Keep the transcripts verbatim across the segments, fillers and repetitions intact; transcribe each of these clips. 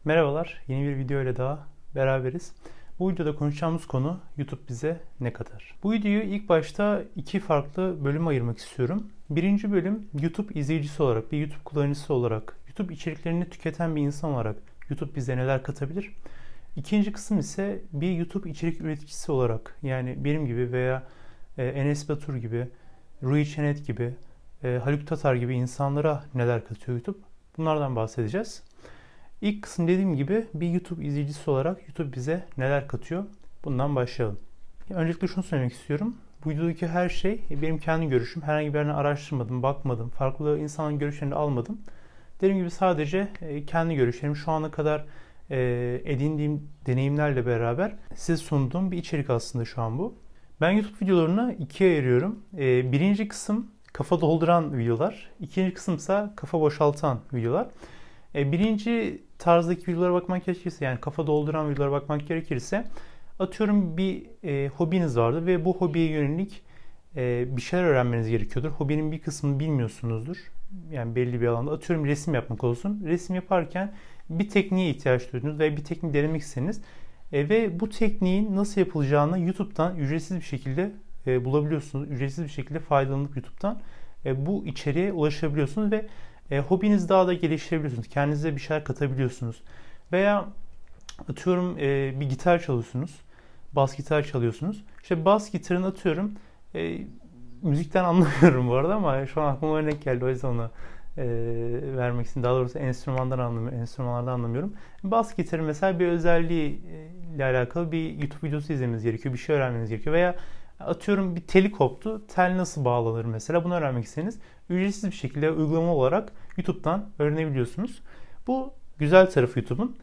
Merhabalar, yeni bir video ile daha beraberiz. Bu videoda konuşacağımız konu YouTube bize ne kadar? Bu videoyu ilk başta iki farklı bölüme ayırmak istiyorum. Birinci bölüm YouTube izleyicisi olarak, bir YouTube kullanıcısı olarak, YouTube içeriklerini tüketen bir insan olarak YouTube bize neler katabilir? İkinci kısım ise bir YouTube içerik üreticisi olarak, yani benim gibi veya Enes Batur gibi, Rui Çenet gibi, Haluk Tatar gibi insanlara neler katıyor YouTube? Bunlardan bahsedeceğiz. İlk kısım dediğim gibi bir YouTube izleyicisi olarak YouTube bize neler katıyor? Bundan başlayalım. Öncelikle şunu söylemek istiyorum. Bu videodaki her şey benim kendi görüşüm. Herhangi bir yerden araştırmadım, bakmadım. Farklı insanların görüşlerini almadım. Dediğim gibi sadece kendi görüşlerim. Şu ana kadar edindiğim deneyimlerle beraber size sunduğum bir içerik aslında şu an bu. Ben YouTube videolarını ikiye ayırıyorum. Birinci kısım kafa dolduran videolar. İkinci kısımsa kafa boşaltan videolar. Birinci tarzdaki videolara bakmak gerekirse, yani kafa dolduran videolara bakmak gerekirse, atıyorum bir e, hobiniz vardır ve bu hobiye yönelik e, bir şeyler öğrenmeniz gerekiyordur. Hobinin bir kısmını bilmiyorsunuzdur. Yani belli bir alanda. Atıyorum resim yapmak olsun. Resim yaparken bir tekniğe ihtiyaç duydunuz ve bir teknik denemek istediniz. E, ve bu tekniğin nasıl yapılacağını YouTube'dan ücretsiz bir şekilde e, bulabiliyorsunuz. Ücretsiz bir şekilde faydalanıp YouTube'dan e, bu içeriğe ulaşabiliyorsunuz ve E, hobinizi daha da geliştirebiliyorsunuz. Kendinize bir şeyler katabiliyorsunuz. Veya atıyorum e, bir gitar çalıyorsunuz. Bas gitar çalıyorsunuz. İşte bas gitarını atıyorum. E, müzikten anlamıyorum bu arada ama şu an aklıma örnek geldi. O yüzden onu e, vermek istedim. Daha doğrusu enstrümandan anlamıyorum. Enstrümanlardan anlamıyorum. Bas gitarı mesela bir özelliği ile alakalı bir YouTube videosu izlemeniz gerekiyor. Bir şey öğrenmeniz gerekiyor. Veya atıyorum bir teli koptu. Tel nasıl bağlanır mesela? Bunu öğrenmek istediğiniz ücretsiz bir şekilde uygulama olarak YouTube'dan öğrenebiliyorsunuz. Bu güzel tarafı YouTube'un.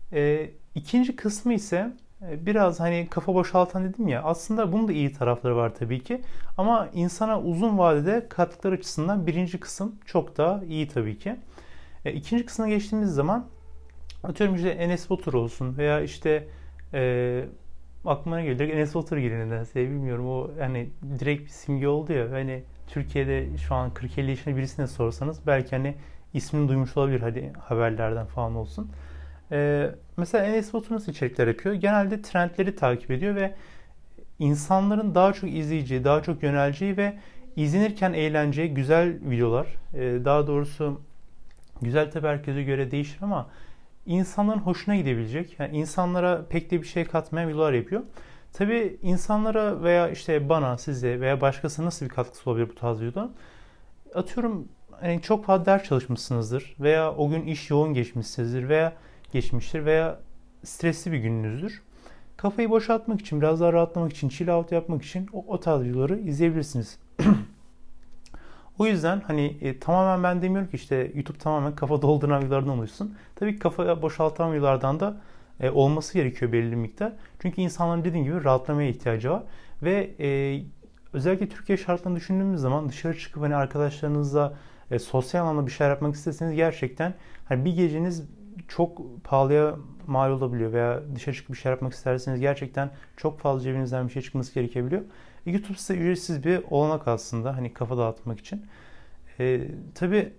E, ikinci kısmı ise biraz hani kafa boşaltan dedim ya, aslında bunun da iyi tarafları var tabii ki. Ama insana uzun vadede katkılar açısından birinci kısım çok daha iyi tabii ki. E, ikinci kısmına geçtiğimiz zaman atıyorum işte Enes Batur olsun veya işte e, aklıma ne geliyor? Direkt Enes Batur geliyor nedense. Bilmiyorum, o hani direkt bir simge oldu ya. Hani Türkiye'de şu an kırk elli yaşında birisine sorsanız belki hani ismini duymuş olabilir, hadi haberlerden falan olsun. Ee, mesela Enes Batur nasıl içerikler yapıyor? Genelde trendleri takip ediyor ve insanların daha çok izleyeceği, daha çok yöneleceği ve izlenirken eğleneceği güzel videolar. Ee, daha doğrusu güzel tabii herkese göre değişir ama insanların hoşuna gidebilecek, yani insanlara pek de bir şey katmayan videolar yapıyor. Tabii insanlara veya işte bana, size veya başkasına nasıl bir katkısı olabilir bu tarz videoda? Atıyorum hani çok fazla ders çalışmışsınızdır veya o gün iş yoğun geçmişsinizdir veya geçmiştir veya stresli bir gününüzdür. Kafayı boşaltmak için, biraz daha rahatlamak için, chill out yapmak için o, o tarz videoları izleyebilirsiniz. O yüzden hani e, tamamen ben demiyorum ki işte YouTube tamamen kafa dolduran videolardan oluşsun. Tabii ki kafa boşaltan videolardan da e, olması gerekiyor belli bir miktar. Çünkü insanların dediğim gibi rahatlamaya ihtiyacı var. Ve e, özellikle Türkiye şartlarını düşündüğümüz zaman dışarı çıkıp hani arkadaşlarınızla e, sosyal anlamda bir şeyler yapmak isteseniz gerçekten hani bir geceniz çok pahalıya mal olabiliyor veya dışarı çıkıp bir şey yapmak isterseniz gerçekten çok fazla cebinizden bir şey çıkması gerekebiliyor. E, YouTube size ücretsiz bir olanak aslında hani kafa dağıtmak için. E, tabii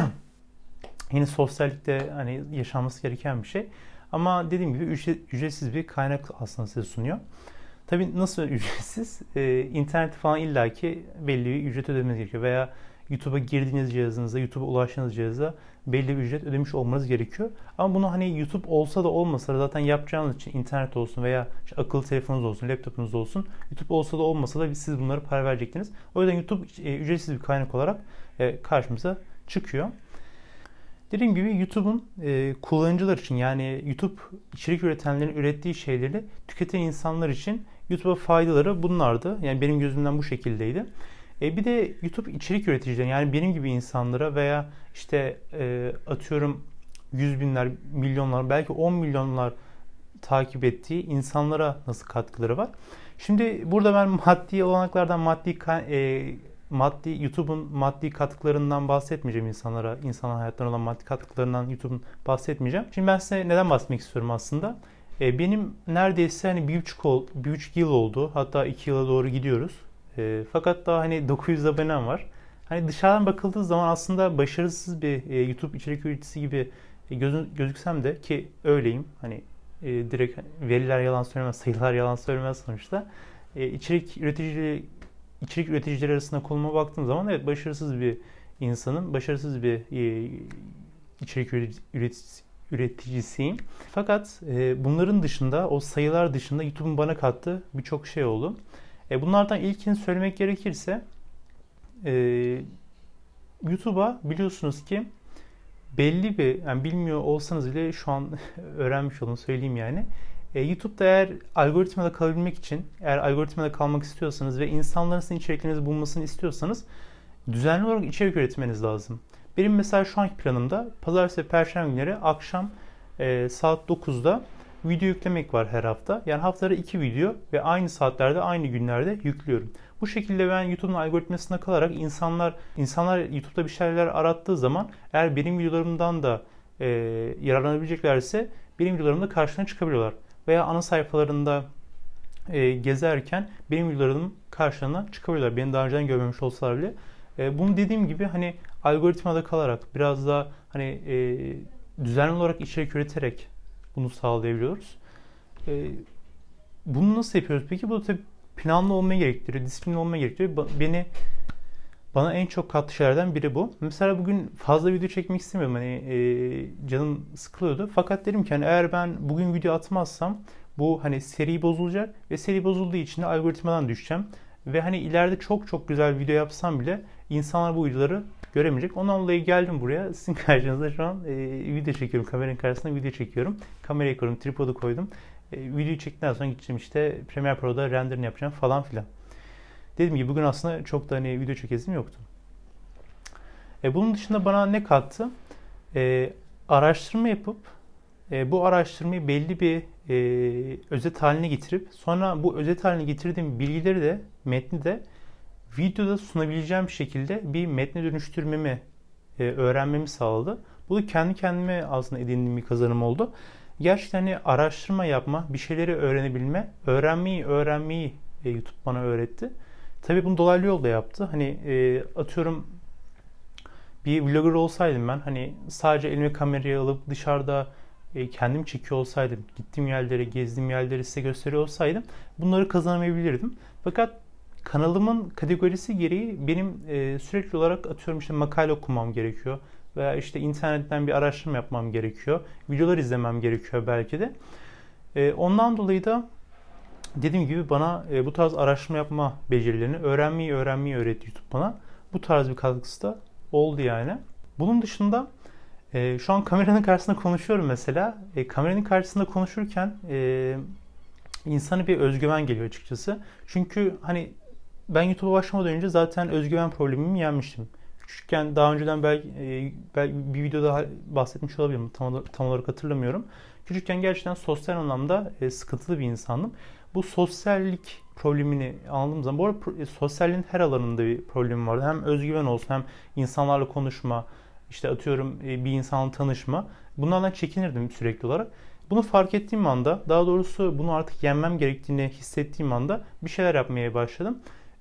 yine sosyallikte hani yaşanması gereken bir şey. Ama dediğim gibi ücretsiz bir kaynak aslında size sunuyor. Tabii nasıl ücretsiz? Ee, interneti falan illaki belli bir ücret ödemeniz gerekiyor. Veya YouTube'a girdiğiniz cihazınıza, YouTube'a ulaştığınız cihaza belli bir ücret ödemiş olmanız gerekiyor. Ama bunu hani YouTube olsa da olmasa da zaten yapacağınız için internet olsun veya işte akıllı telefonunuz olsun, laptopunuz olsun, YouTube olsa da olmasa da siz bunları para verecektiniz. O yüzden YouTube e, ücretsiz bir kaynak olarak e, karşımıza çıkıyor. Dediğim gibi YouTube'un e, kullanıcılar için, yani YouTube içerik üretenlerin ürettiği şeyleri tüketen insanlar için YouTube'a faydaları bunlardı. Yani benim gözümden bu şekildeydi. E, bir de YouTube içerik üreticileri, yani benim gibi insanlara veya işte e, atıyorum yüz binler, milyonlar, belki on milyonlar takip ettiği insanlara nasıl katkıları var? Şimdi burada ben maddi olanaklardan, maddi e, maddi YouTube'un maddi katkılarından bahsetmeyeceğim insanlara, insanların hayatlarına olan maddi katkılarından YouTube'un bahsetmeyeceğim. Şimdi ben size neden bahsetmek istiyorum aslında? E, benim neredeyse hani bir buçuk, bir buçuk yıl oldu. Hatta iki yıla doğru gidiyoruz. E, fakat daha hani dokuz yüz abonem var. Hani dışarıdan bakıldığı zaman aslında başarısız bir e, YouTube içerik üreticisi gibi e, gözün, gözüksem de ki öyleyim. Hani e, direkt veriler yalan söylemez, sayılar yalan söylemez sonuçta. E, içerik üretici içerik üreticileri arasında konuma baktığım zaman evet başarısız bir insanım, başarısız bir e, içerik üretici, üreticisiyim. Fakat e, bunların dışında, o sayılar dışında YouTube'un bana kattığı birçok şey oldu. E, bunlardan ilkini söylemek gerekirse e, YouTube'a biliyorsunuz ki belli bir, yani bilmiyor olsanız bile şu an öğrenmiş olun söyleyeyim yani. E, YouTube'da eğer algoritmada kalabilmek için, eğer algoritmada kalmak istiyorsanız ve insanların sizin içeriklerinizi bulmasını istiyorsanız düzenli olarak içerik üretmeniz lazım. Benim mesela şu anki planımda pazartesi ve perşembe günleri akşam e, saat dokuzda video yüklemek var her hafta. Yani haftada iki video ve aynı saatlerde, aynı günlerde yüklüyorum. Bu şekilde ben YouTube'un algoritmasına kalarak insanlar insanlar YouTube'da bir şeyler arattığı zaman eğer benim videolarımdan da e, yararlanabileceklerse benim videolarımda karşına çıkabiliyorlar. Veya ana sayfalarında e, gezerken benim videolarım karşına çıkabiliyorlar. Beni daha önceden görmemiş olsalar bile. E, bunu dediğim gibi hani algoritmada kalarak biraz daha hani e, düzenli olarak içerik üreterek bunu sağlayabiliyoruz. E, bunu nasıl yapıyoruz peki? Bu da tabii planlı olmayı gerektiriyor, disiplinli olmayı gerektiriyor. Beni bana en çok kattığı şeylerden biri bu. Mesela bugün fazla video çekmek istemiyorum. Hani e, canım sıkılıyordu. Fakat dedim ki hani eğer ben bugün video atmazsam bu hani seri bozulacak ve seri bozulduğu için de algoritmadan düşeceğim. Ve hani ileride çok çok güzel video yapsam bile insanlar bu videoları göremeyecek. Ondan dolayı geldim buraya. Sizin karşınızda şu an e, video çekiyorum. Kameranın karşısında video çekiyorum. Kamerayı koydum, tripodu koydum. E, videoyu çektikten sonra gideceğim işte Premiere Pro'da renderini yapacağım falan filan. Dediğim gibi bugün aslında çok da hani video çekesim yoktu. E, bunun dışında bana ne kattı? E, araştırma yapıp e, bu araştırmayı belli bir e, özet haline getirip sonra bu özet haline getirdiğim bilgileri de metni de videoda sunabileceğim şekilde bir metne dönüştürmemi e, öğrenmemi sağladı. Bu da kendi kendime aslında edindiğim bir kazanım oldu. Gerçekten hani araştırma yapma, bir şeyleri öğrenebilme, öğrenmeyi öğrenmeyi e, YouTube bana öğretti. Tabii bunu dolaylı yolda yaptı. Hani e, atıyorum bir vlogger olsaydım ben hani sadece elime kamerayı alıp dışarıda e, kendim çekiyor olsaydım, gittiğim yerlere, gezdiğim yerleri size gösteriyor olsaydım bunları kazanamayabilirdim. Fakat kanalımın kategorisi gereği benim e, sürekli olarak atıyorum işte makale okumam gerekiyor veya işte internetten bir araştırma yapmam gerekiyor. Videolar izlemem gerekiyor belki de. E, ondan dolayı da dediğim gibi bana e, bu tarz araştırma yapma becerilerini öğrenmeyi öğrenmeyi öğretti YouTube bana. Bu tarz bir katkısı da oldu yani. Bunun dışında e, şu an kameranın karşısında konuşuyorum mesela. E, kameranın karşısında konuşurken e, insana bir özgüven geliyor açıkçası. Çünkü hani ben YouTube'a başlamadan önce zaten özgüven problemimi yenmiştim. Küçükken daha önceden belki, e, belki bir videoda bahsetmiş olabilirim. Tam, tam olarak hatırlamıyorum. Küçükken gerçekten sosyal anlamda e, sıkıntılı bir insandım. Bu sosyallik problemini anladığım zaman, bu arada sosyalliğin her alanında bir problemim vardı. Hem özgüven olsun hem insanlarla konuşma, işte atıyorum bir insanla tanışma. Bunlardan çekinirdim sürekli olarak. Bunu fark ettiğim anda, daha doğrusu bunu artık yenmem gerektiğini hissettiğim anda bir şeyler yapmaya başladım.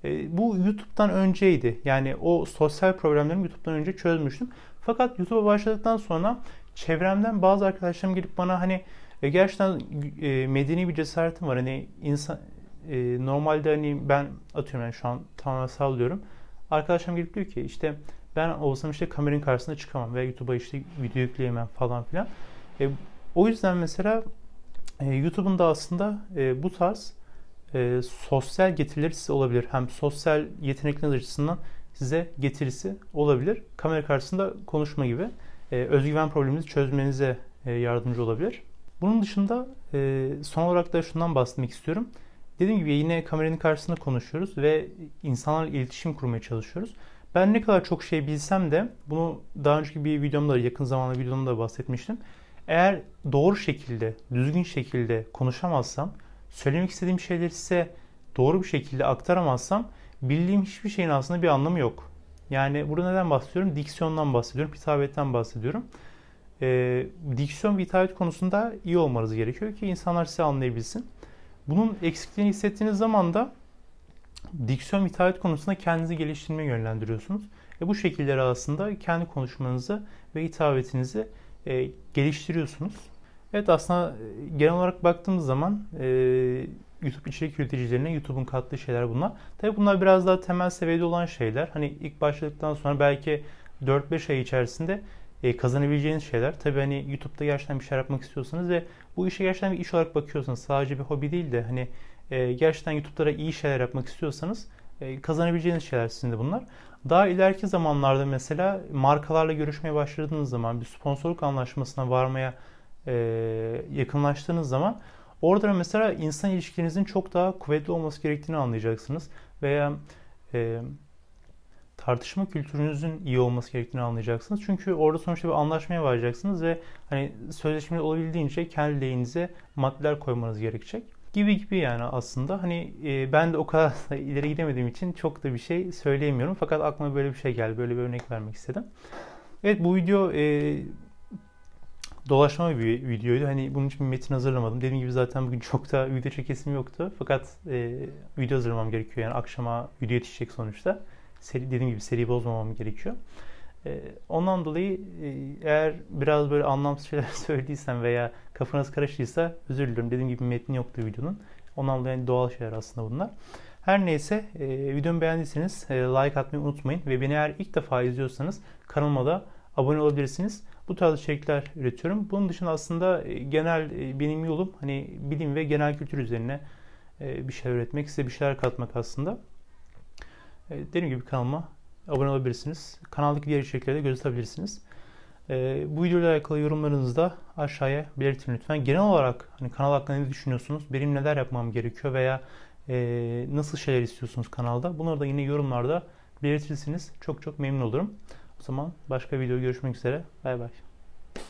Bu YouTube'dan önceydi. Yani o sosyal problemlerimi YouTube'dan önce çözmüştüm. Fakat YouTube'a başladıktan sonra çevremden bazı arkadaşlarım gelip bana hani e, gerçekten e, medeni bir cesaretim var. Hani insan e, normalde hani ben atıyorum yani şu an tamamen sallıyorum. Arkadaşlarım gelip diyor ki işte ben olsam işte kameranın karşısına çıkamam veya YouTube'a işte video yükleyemem falan filan. E, o yüzden mesela e, YouTube'un da aslında e, bu tarz e, sosyal getirileri size olabilir. Hem sosyal yetenekleriniz açısından size getirisi olabilir. Kamera karşısında konuşma gibi e, özgüven probleminizi çözmenize e, yardımcı olabilir. Bunun dışında e, son olarak da şundan bahsetmek istiyorum. Dediğim gibi yine kameranın karşısında konuşuyoruz ve insanlarla iletişim kurmaya çalışıyoruz. Ben ne kadar çok şey bilsem de bunu daha önceki bir videomda, yakın zamanda videomda bahsetmiştim. Eğer doğru şekilde, düzgün şekilde konuşamazsam, söylemek istediğim şeyleri size doğru bir şekilde aktaramazsam bildiğim hiçbir şeyin aslında bir anlamı yok. Yani burada neden bahsediyorum? Diksiyondan bahsediyorum, hitabetten bahsediyorum. E, diksiyon ve hitabet konusunda iyi olmanız gerekiyor ki insanlar sizi anlayabilsin. Bunun eksikliğini hissettiğiniz zaman da diksiyon ve hitabet konusunda kendinizi geliştirmeye yönlendiriyorsunuz. E, bu şekilleri aslında kendi konuşmanızı ve hitabetinizi e, geliştiriyorsunuz. Evet, aslında genel olarak baktığımız zaman e, YouTube içerik üreticilerine YouTube'un kattığı şeyler bunlar. Tabii bunlar biraz daha temel seviyede olan şeyler. Hani ilk başladıktan sonra belki dört beş ay içerisinde e, kazanabileceğiniz şeyler. Tabii hani YouTube'da gerçekten bir şey yapmak istiyorsanız ve bu işe gerçekten bir iş olarak bakıyorsanız, sadece bir hobi değil de hani e, gerçekten YouTube'da iyi şeyler yapmak istiyorsanız e, kazanabileceğiniz şeyler sizin de bunlar. Daha ileriki zamanlarda mesela markalarla görüşmeye başladığınız zaman, bir sponsorluk anlaşmasına varmaya e, yakınlaştığınız zaman orada mesela insan ilişkinizin çok daha kuvvetli olması gerektiğini anlayacaksınız. Veya e, tartışma kültürünüzün iyi olması gerektiğini anlayacaksınız. Çünkü orada sonuçta bir anlaşmaya varacaksınız ve hani sözleşmede olabildiğince kendi lehinize maddeler koymanız gerekecek. Gibi gibi yani aslında. Hani e, ben de o kadar ileri gidemediğim için çok da bir şey söyleyemiyorum. Fakat aklıma böyle bir şey geldi. Böyle bir örnek vermek istedim. Evet, bu video e, dolaşma bir videoydu. Hani bunun için bir metin hazırlamadım. Dediğim gibi zaten bugün çok da video çekesim yoktu. Fakat e, video hazırlamam gerekiyor. Yani akşama video yetişecek sonuçta. Seri, dediğim gibi seri bozmamam gerekiyor. E, ondan dolayı e, eğer biraz böyle anlamsız şeyler söylediysem veya kafanız karıştıysa özür diliyorum. Dediğim gibi metni yoktu videonun. Ondan dolayı yani doğal şeyler aslında bunlar. Her neyse, e, videomu beğendiyseniz e, like atmayı unutmayın. Ve beni eğer ilk defa izliyorsanız kanalıma da abone olabilirsiniz. Bu tarz içerikler üretiyorum. Bunun dışında aslında genel benim yolum hani bilim ve genel kültür üzerine bir şeyler üretmek, size bir şeyler katmak aslında. Dediğim gibi kanalıma abone olabilirsiniz. Kanaldaki diğer içerikleri de gözetebilirsiniz. Bu videoyla alakalı yorumlarınızı da aşağıya belirtin lütfen. Genel olarak hani kanal hakkında ne düşünüyorsunuz? Benim neler yapmam gerekiyor veya nasıl şeyler istiyorsunuz kanalda? Bunları da yine yorumlarda belirtirsiniz. Çok çok memnun olurum. O zaman başka videoda görüşmek üzere. Bay bay.